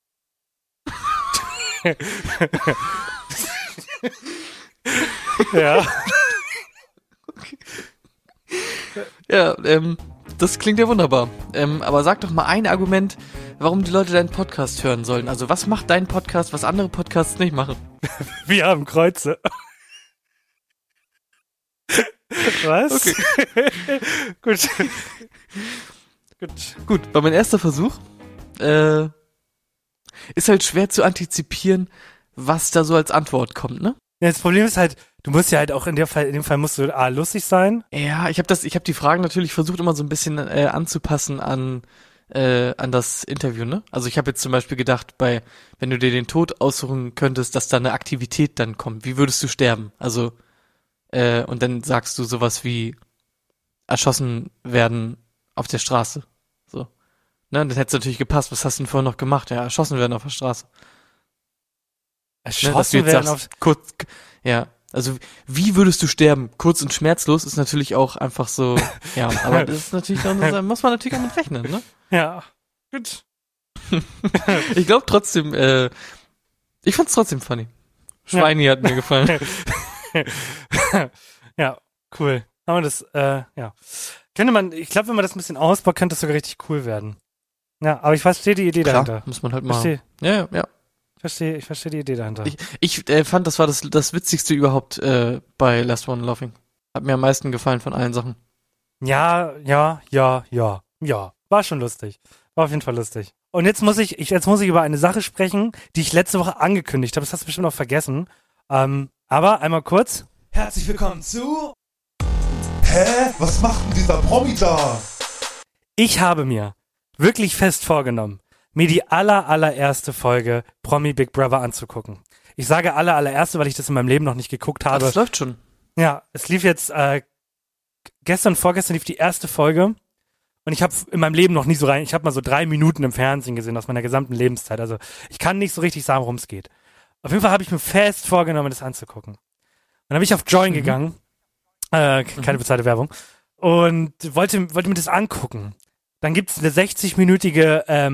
Ja. Ja, das klingt ja wunderbar. Aber sag doch mal ein Argument, warum die Leute deinen Podcast hören sollen. Also was macht dein Podcast, was andere Podcasts nicht machen? Wir haben Kreuze. Was? Okay. Gut. Gut, war mein erster Versuch. Ist halt schwer zu antizipieren, was da so als Antwort kommt, ne? Ja, das Problem ist halt, du musst ja halt auch in dem Fall musst du lustig sein. Ja, ich habe die Fragen natürlich versucht immer so ein bisschen anzupassen an das Interview, ne? Also ich habe jetzt zum Beispiel gedacht, wenn du dir den Tod aussuchen könntest, dass da eine Aktivität dann kommt. Wie würdest du sterben? Also und dann sagst du sowas wie erschossen werden auf der Straße. So. Ne, und dann hätte es natürlich gepasst. Was hast du denn vorher noch gemacht? Ja, erschossen werden auf der Straße. Ne, dass du jetzt sagst, kurz, ja, also wie würdest du sterben? Kurz und schmerzlos ist natürlich auch einfach so, ja, aber das ist natürlich, da muss man natürlich auch mit rechnen, ne? Ja, gut. Ich glaube trotzdem, ich fand's trotzdem funny. Schweini hat mir gefallen. Ja, cool. Haben wir das, ja. Ich glaube, wenn man das ein bisschen ausbaut, könnte das sogar richtig cool werden. Ja, aber ich verstehe die Idee dahinter. Klar, muss man halt mal. Ja. Ich verstehe die Idee dahinter. Ich fand, das war das Witzigste überhaupt bei Last One Laughing. Hat mir am meisten gefallen von allen Sachen. Ja. War schon lustig. War auf jeden Fall lustig. Und jetzt muss ich über eine Sache sprechen, die ich letzte Woche angekündigt habe. Das hast du bestimmt noch vergessen. Aber einmal kurz. Herzlich willkommen zu... Hä? Was macht denn dieser Promi da? Ich habe mir wirklich fest vorgenommen, mir die allererste Folge Promi Big Brother anzugucken. Ich sage allererste, weil ich das in meinem Leben noch nicht geguckt habe. Das läuft schon. Ja, es lief jetzt, vorgestern lief die erste Folge und ich habe in meinem Leben noch nie so rein, ich habe mal so 3 Minuten im Fernsehen gesehen aus meiner gesamten Lebenszeit. Also ich kann nicht so richtig sagen, worum es geht. Auf jeden Fall habe ich mir fest vorgenommen, das anzugucken. Dann habe ich auf Join gegangen, keine bezahlte Werbung, und wollte mir das angucken. Dann gibt's eine 60-minütige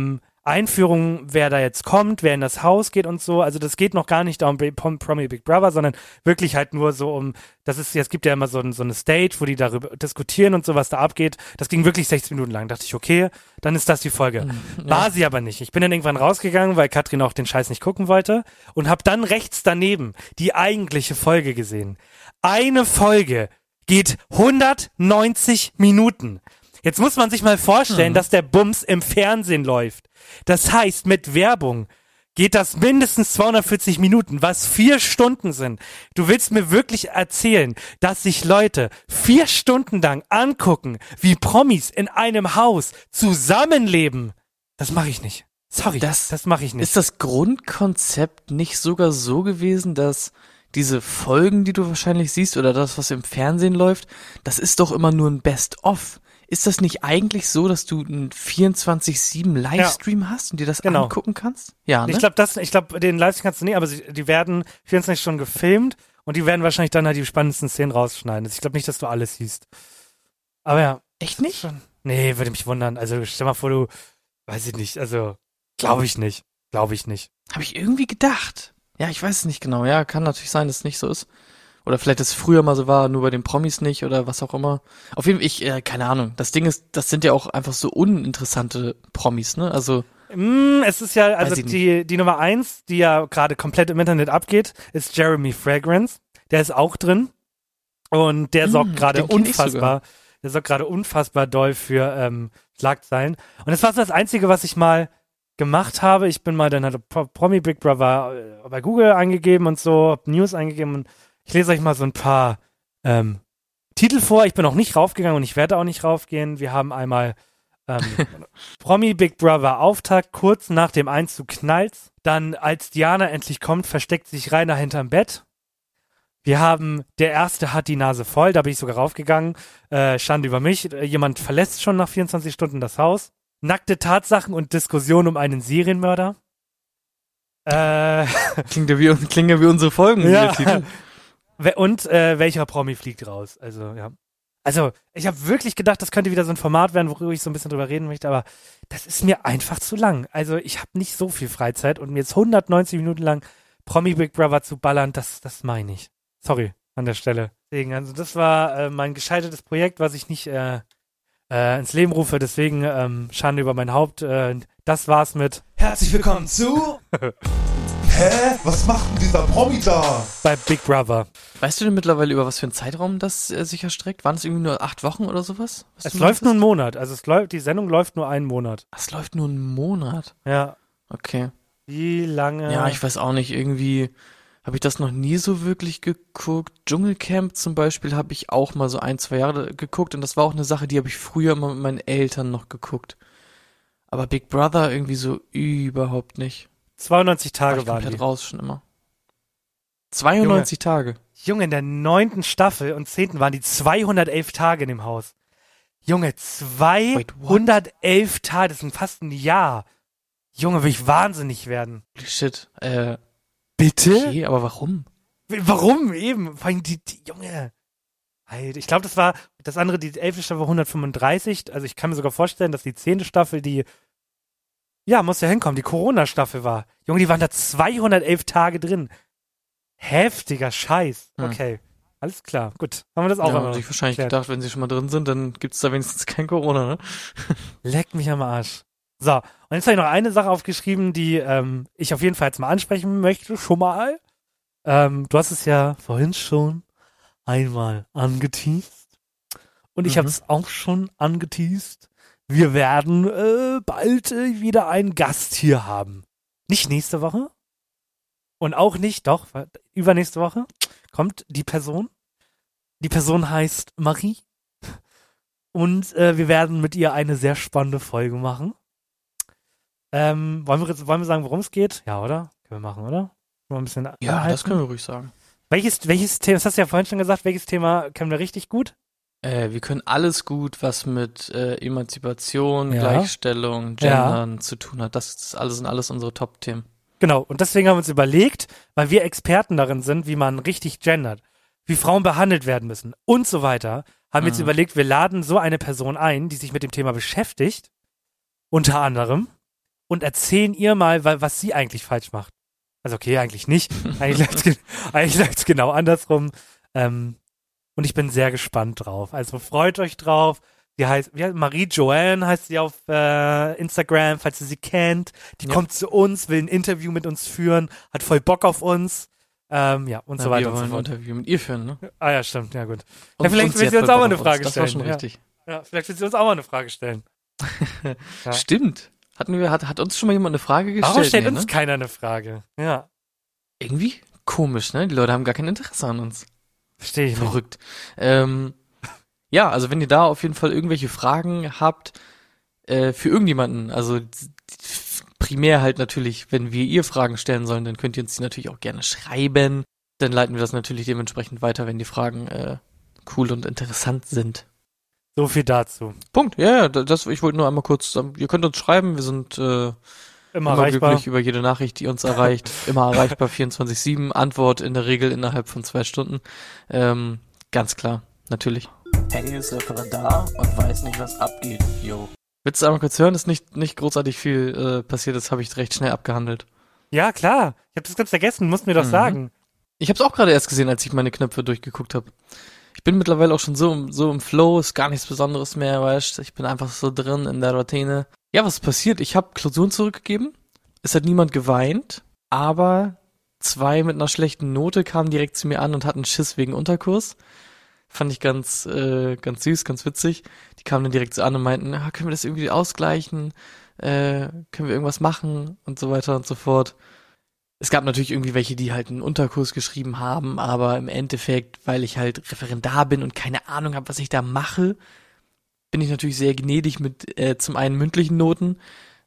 Einführung, wer da jetzt kommt, wer in das Haus geht und so. Also das geht noch gar nicht um Promi Big Brother, sondern wirklich halt nur so es gibt ja immer so eine Stage, wo die darüber diskutieren und so, was da abgeht. Das ging wirklich 60 Minuten lang. Dachte ich, okay, dann ist das die Folge. Ja. War sie aber nicht. Ich bin dann irgendwann rausgegangen, weil Katrin auch den Scheiß nicht gucken wollte und habe dann rechts daneben die eigentliche Folge gesehen. Eine Folge geht 190 Minuten. Jetzt muss man sich mal vorstellen, dass der Bums im Fernsehen läuft. Das heißt, mit Werbung geht das mindestens 240 Minuten, was 4 Stunden sind. Du willst mir wirklich erzählen, dass sich Leute 4 Stunden lang angucken, wie Promis in einem Haus zusammenleben? Das mache ich nicht. Sorry, das mache ich nicht. Ist das Grundkonzept nicht sogar so gewesen, dass diese Folgen, die du wahrscheinlich siehst, oder das, was im Fernsehen läuft, das ist doch immer nur ein Best-of. Ist das nicht eigentlich so, dass du einen 24/7 Livestream hast und dir das angucken kannst? Ja, ne? Ich glaube, den Livestream kannst du nicht, aber die werden 24 Stunden gefilmt und die werden wahrscheinlich dann halt die spannendsten Szenen rausschneiden. Ich glaube nicht, dass du alles siehst. Aber ja. Echt nicht? Nee, würde mich wundern. Also stell mal vor, du, weiß ich nicht, also glaube ich nicht. Habe ich irgendwie gedacht. Ja, ich weiß es nicht genau. Ja, kann natürlich sein, dass es nicht so ist. Oder vielleicht, dass es früher mal so war, nur bei den Promis nicht oder was auch immer. Auf jeden Fall, keine Ahnung. Das Ding ist, das sind ja auch einfach so uninteressante Promis, ne? Also. Es ist ja, also die Nummer 1, die ja gerade komplett im Internet abgeht, ist Jeremy Fragrance. Der ist auch drin. Und der sorgt gerade unfassbar doll für Schlagzeilen. Und das war so das Einzige, was ich mal gemacht habe. Ich bin mal dann halt Promi Big Brother bei Google eingegeben und so, hab News eingegeben und ich lese euch mal so ein paar Titel vor. Ich bin auch nicht raufgegangen und ich werde auch nicht raufgehen. Wir haben einmal Promi Big Brother Auftakt, kurz nach dem Einzug knallt's. Dann, als Diana endlich kommt, versteckt sich Rainer hinterm Bett. Wir haben, der Erste hat die Nase voll, da bin ich sogar raufgegangen. Schande über mich. Jemand verlässt schon nach 24 Stunden das Haus. Nackte Tatsachen und Diskussion um einen Serienmörder. Klingt ja wie unsere Folgen. Ja. Und welcher Promi fliegt raus? Also, ja. Also, ich habe wirklich gedacht, das könnte wieder so ein Format werden, worüber ich so ein bisschen drüber reden möchte, aber das ist mir einfach zu lang. Also, ich habe nicht so viel Freizeit und mir jetzt 190 Minuten lang Promi Big Brother zu ballern, das meine ich. Sorry an der Stelle. Deswegen, also das war mein gescheitertes Projekt, was ich nicht ins Leben rufe, deswegen Schande über mein Haupt. Das war's mit Herzlich willkommen zu Hä? Was macht denn dieser Promi da? Bei Big Brother. Weißt du denn mittlerweile, über was für einen Zeitraum das sich erstreckt? Waren es irgendwie nur 8 Wochen oder sowas? Es läuft nur einen Monat. Also die Sendung läuft nur einen Monat. Es läuft nur einen Monat? Ja. Okay. Wie lange? Ja, ich weiß auch nicht. Irgendwie habe ich das noch nie so wirklich geguckt. Dschungelcamp zum Beispiel habe ich auch mal so 1-2 Jahre geguckt und das war auch eine Sache, die habe ich früher immer mit meinen Eltern noch geguckt. Aber Big Brother irgendwie so überhaupt nicht. 92 Tage waren die. Raus schon immer. 92 Tage. Junge, in der 9. Staffel und 10. waren die 211 Tage in dem Haus. Junge, 211 Tage, das sind fast ein Jahr. Junge, will ich wahnsinnig werden. Shit, bitte? Okay, aber warum? Warum eben? Vor allem die Junge. Alter, ich glaube, das war, das andere, die 11. Staffel war 135. Also ich kann mir sogar vorstellen, dass die 10. Staffel muss ja hinkommen, die Corona-Staffel war. Junge, die waren da 211 Tage drin. Heftiger Scheiß. Okay, alles klar. Gut, haben wir das auch haben sich wahrscheinlich gedacht, wenn sie schon mal drin sind, dann gibt's da wenigstens kein Corona, ne? Leck mich am Arsch. So, und jetzt habe ich noch eine Sache aufgeschrieben, die ich auf jeden Fall jetzt mal ansprechen möchte, schon mal. Du hast es ja vorhin schon einmal angeteast. Und ich habe es auch schon angeteast. Wir werden bald wieder einen Gast hier haben. Nicht nächste Woche. Und auch nicht, doch, übernächste Woche kommt die Person. Die Person heißt Marie. Und wir werden mit ihr eine sehr spannende Folge machen. Wollen wir sagen, worum es geht? Ja, oder? Können wir machen, oder? Mal ein bisschen anhalten. Das können wir ruhig sagen. Welches Thema, das hast du ja vorhin schon gesagt, welches Thema können wir richtig gut? Wir können alles gut, was mit Emanzipation, Gleichstellung, Gendern zu tun hat. Das sind alles unsere Top-Themen. Genau, und deswegen haben wir uns überlegt, weil wir Experten darin sind, wie man richtig gendert, wie Frauen behandelt werden müssen und so weiter, haben wir jetzt überlegt, wir laden so eine Person ein, die sich mit dem Thema beschäftigt, unter anderem, und erzählen ihr mal, was sie eigentlich falsch macht. Also okay, eigentlich nicht. Eigentlich läuft's genau andersrum. Und ich bin sehr gespannt drauf. Also freut euch drauf. Die heißt Marie-Joanne heißt sie auf Instagram, falls ihr sie kennt. Die kommt zu uns, will ein Interview mit uns führen, hat voll Bock auf uns. Und so weiter und so fort. Wir wollen ein Interview mit ihr führen, ne? Ah ja, stimmt, ja gut. Und vielleicht will sie uns auch mal eine Frage das stellen. Das war schon richtig. Ja, vielleicht will sie uns auch mal eine Frage stellen. Ja. Stimmt. Hat uns schon mal jemand eine Frage gestellt? Warum stellt uns keiner eine Frage? Ja. Irgendwie komisch, ne? Die Leute haben gar kein Interesse an uns. Verstehe ich. Verrückt. Ja, also wenn ihr da auf jeden Fall irgendwelche Fragen habt, für irgendjemanden, also primär halt natürlich, wenn wir ihr Fragen stellen sollen, dann könnt ihr uns die natürlich auch gerne schreiben. Dann leiten wir das natürlich dementsprechend weiter, wenn die Fragen cool und interessant sind. So viel dazu. Punkt. Ja, ich wollte nur einmal kurz, ihr könnt uns schreiben, wir sind immer glücklich über jede Nachricht, die uns erreicht. Immer erreichbar 24/7, Antwort in der Regel innerhalb von 2 Stunden. Ganz klar, natürlich. Henny ist Referendar und weiß nicht, was abgeht, yo. Willst du einmal kurz hören, dass nicht großartig viel passiert ist, habe ich recht schnell abgehandelt. Ja, klar. Ich habe das ganz vergessen, musst mir doch sagen. Ich habe es auch gerade erst gesehen, als ich meine Knöpfe durchgeguckt habe. Ich bin mittlerweile auch schon so im Flow, ist gar nichts Besonderes mehr, weißt du. Ich bin einfach so drin in der Routine. Ja, was ist passiert? Ich habe Klausuren zurückgegeben. Es hat niemand geweint, aber 2 mit einer schlechten Note kamen direkt zu mir an und hatten Schiss wegen Unterkurs. Fand ich ganz süß, ganz witzig. Die kamen dann direkt so an und meinten, können wir das irgendwie ausgleichen? Können wir irgendwas machen? Und so weiter und so fort. Es gab natürlich irgendwie welche, die halt einen Unterkurs geschrieben haben, aber im Endeffekt, weil ich halt Referendar bin und keine Ahnung habe, was ich da mache, bin ich natürlich sehr gnädig mit zum einen mündlichen Noten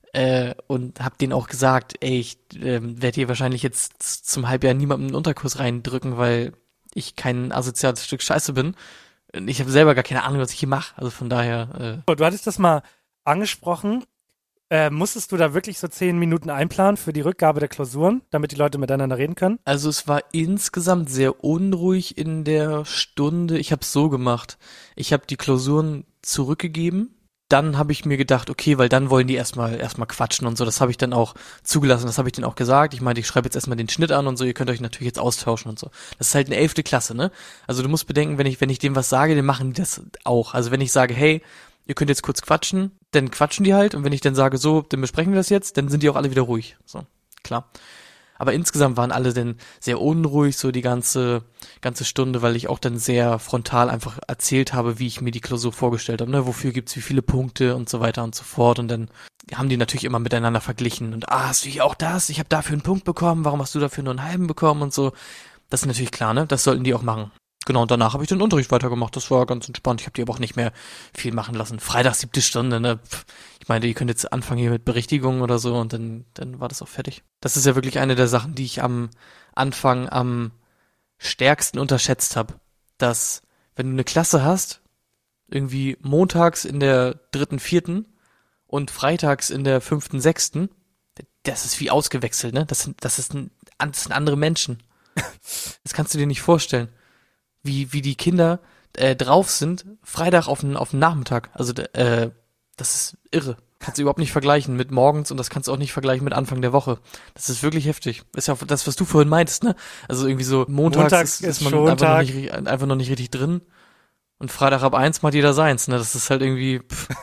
und habe denen auch gesagt, ich werde hier wahrscheinlich jetzt zum Halbjahr niemandem einen Unterkurs reindrücken, weil ich kein asoziales Stück Scheiße bin. Ich habe selber gar keine Ahnung, was ich hier mache. Also von daher. Du hattest das mal angesprochen. Musstest du da wirklich so 10 Minuten einplanen für die Rückgabe der Klausuren, damit die Leute miteinander reden können? Also es war insgesamt sehr unruhig in der Stunde. Ich habe es so gemacht. Ich habe die Klausuren zurückgegeben. Dann habe ich mir gedacht, okay, weil dann wollen die erstmal quatschen und so. Das habe ich dann auch zugelassen. Das habe ich denen auch gesagt. Ich meinte, ich schreibe jetzt erstmal den Schnitt an und so. Ihr könnt euch natürlich jetzt austauschen und so. Das ist halt eine 11. Klasse, ne? Also du musst bedenken, wenn ich dem was sage, dann machen die das auch. Also wenn ich sage, hey, ihr könnt jetzt kurz quatschen, dann quatschen die halt. Und wenn ich dann sage, so, dann besprechen wir das jetzt, dann sind die auch alle wieder ruhig. So, klar. Aber insgesamt waren alle dann sehr unruhig, so die ganze Stunde, weil ich auch dann sehr frontal einfach erzählt habe, wie ich mir die Klausur vorgestellt habe, ne, wofür gibt's wie viele Punkte und so weiter und so fort. Und dann haben die natürlich immer miteinander verglichen und hast du hier auch das? Ich habe dafür einen Punkt bekommen, warum hast du dafür nur einen halben bekommen und so. Das ist natürlich klar, ne? Das sollten die auch machen. Genau, und danach habe ich den Unterricht weitergemacht. Das war ganz entspannt. Ich habe die aber auch nicht mehr viel machen lassen. Freitag 7. Stunde, ne? Ich meine, ihr könnt jetzt anfangen hier mit Berichtigungen oder so und dann war das auch fertig. Das ist ja wirklich eine der Sachen, die ich am Anfang am stärksten unterschätzt habe. Dass, wenn du eine Klasse hast, irgendwie montags in der 3., 4. und freitags in der 5., 6., das ist wie ausgewechselt, ne? Das sind andere Menschen. Das kannst du dir nicht vorstellen. Wie die Kinder drauf sind, Freitag auf den Nachmittag. Also das ist irre. Kannst du überhaupt nicht vergleichen mit morgens und das kannst du auch nicht vergleichen mit Anfang der Woche. Das ist wirklich heftig. Ist ja das, was du vorhin meintest, ne? Also irgendwie so montags ist man einfach noch nicht richtig drin und Freitag ab 1 macht jeder seins, ne? Das ist halt irgendwie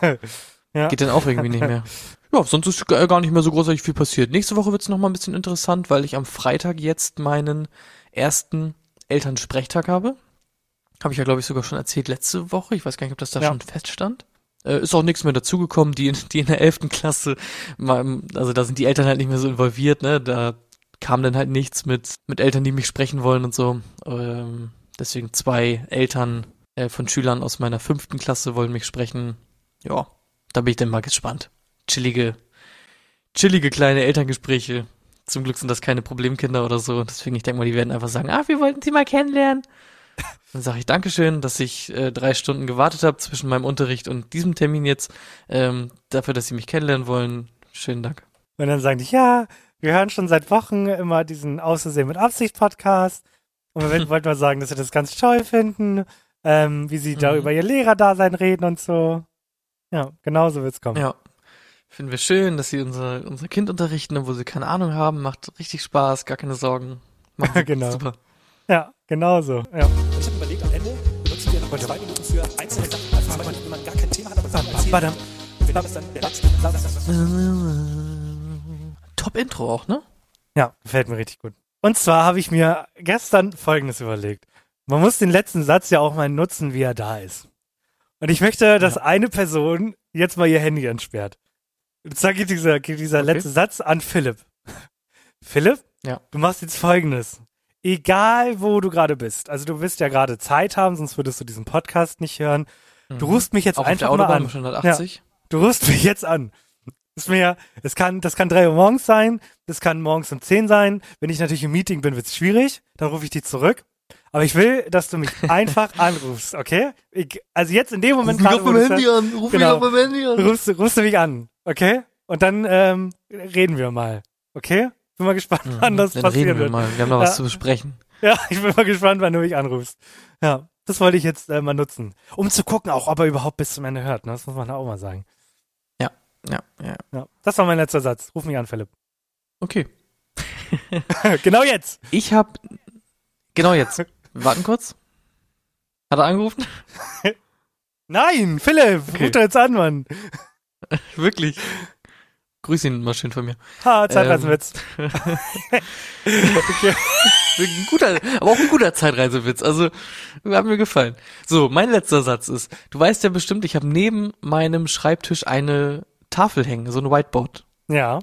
ja. Geht dann auch irgendwie nicht mehr. Ja, sonst ist gar nicht mehr so großartig viel passiert. Nächste Woche wird's noch mal ein bisschen interessant, weil ich am Freitag jetzt meinen ersten Elternsprechtag habe. Habe ich ja, glaube ich, sogar schon erzählt letzte Woche. Ich weiß gar nicht, ob das da schon feststand. Ist auch nichts mehr dazugekommen, die in der 11. Klasse, also da sind die Eltern halt nicht mehr so involviert, ne? Da kam dann halt nichts mit Eltern, die mich sprechen wollen und so. Deswegen 2 Eltern von Schülern aus meiner 5. Klasse wollen mich sprechen. Ja, da bin ich dann mal gespannt. Chillige kleine Elterngespräche. Zum Glück sind das keine Problemkinder oder so. Deswegen, ich denke mal, die werden einfach sagen, wir wollten sie mal kennenlernen. Dann sage ich Dankeschön, dass ich 3 Stunden gewartet habe zwischen meinem Unterricht und diesem Termin jetzt, dafür, dass Sie mich kennenlernen wollen. Schönen Dank. Und dann sagen die, ja, wir hören schon seit Wochen immer diesen Außersehen mit Absicht Podcast und wir wollten mal sagen, dass wir das ganz toll finden, wie Sie da über Ihr Lehrerdasein reden und so. Ja, genau so wird's kommen. Ja, Finden wir schön, dass sie unser Kind unterrichten, obwohl sie keine Ahnung haben. Macht richtig Spaß, gar keine Sorgen. Machen sie Genau. super. Ja, genau so. Ja. Ich habe überlegt, am Ende benutzen wir noch 2 Minuten für einzelne Sachen. Also wenn man gar kein Thema hat, aber was man erzählen Badam. will. Wir nennen das dann der letzte Satz. Top Intro auch, ne? Ja, gefällt mir richtig gut. Und zwar habe ich mir gestern Folgendes überlegt. Man muss den letzten Satz ja auch mal nutzen, wie er da ist. Und ich möchte, dass eine Person jetzt mal ihr Handy entsperrt. Und zwar geht dieser letzte Satz an Philipp. Philipp, du machst jetzt Folgendes. Egal, wo du gerade bist. Also du wirst ja gerade Zeit haben, sonst würdest du diesen Podcast nicht hören. Du rufst mich jetzt auch einfach auf der mal Autobahn an. 180. Ja, du rufst mich jetzt an. Das kann 3 Uhr morgens sein, das kann morgens um 10 sein. Wenn ich natürlich im Meeting bin, wird es schwierig. Dann rufe ich dich zurück. Aber ich will, dass du mich einfach anrufst, okay? Also jetzt in dem Moment gerade. Ruf mich auf mein Handy an. Rufst du mich an, okay? Und dann reden wir mal, okay? Bin mal gespannt, wann das dann passieren reden wir wird. mal. Wir haben noch was zu besprechen. Ja, ich bin mal gespannt, wann du mich anrufst. Ja, das wollte ich jetzt mal nutzen. Um zu gucken, auch ob er überhaupt bis zum Ende hört. Ne? Das muss man auch mal sagen. Ja. Das war mein letzter Satz. Ruf mich an, Philipp. Okay. Genau jetzt. Genau jetzt. Wir warten kurz. Hat er angerufen? Nein, Philipp, ruf doch jetzt an, Mann. Wirklich. Grüß ihn mal schön von mir. Ha, Zeitreisenwitz. Okay. Aber auch ein guter Zeitreisewitz. Also, hat mir gefallen. So, mein letzter Satz ist, du weißt ja bestimmt, ich habe neben meinem Schreibtisch eine Tafel hängen, so ein Whiteboard. Ja.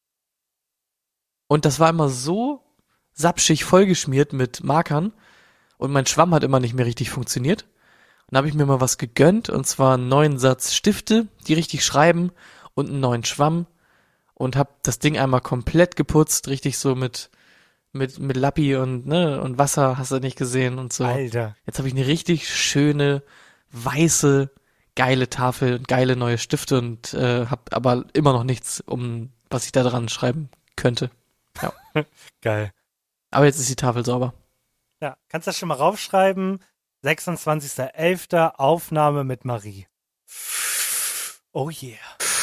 Und das war immer so sapschig vollgeschmiert mit Markern und mein Schwamm hat immer nicht mehr richtig funktioniert. Und da habe ich mir mal was gegönnt, und zwar einen neuen Satz Stifte, die richtig schreiben, und einen neuen Schwamm, und habe das Ding einmal komplett geputzt, richtig so mit Lappi und Wasser, hast du nicht gesehen und so. Alter. Jetzt habe ich eine richtig schöne, weiße, geile Tafel und geile neue Stifte und habe aber immer noch nichts, was ich da dran schreiben könnte. Ja. Geil. Aber jetzt ist die Tafel sauber. Ja, kannst du das schon mal raufschreiben? 26.11. Aufnahme mit Marie. Oh yeah.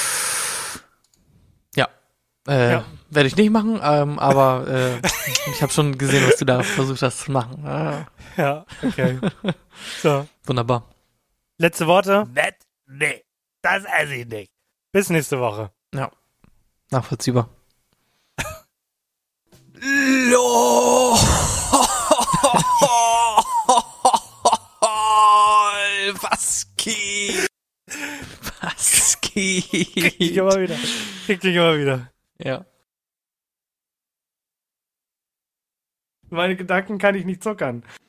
Ja. Werde ich nicht machen, aber ich habe schon gesehen, was du da versucht hast zu machen. Ja, okay. So. Wunderbar. Letzte Worte? Nee, das esse ich nicht. Bis nächste Woche. Ja. Nachvollziehbar. Was geht? Was geht? Krieg dich immer wieder. Ja. Meine Gedanken kann ich nicht zuckern.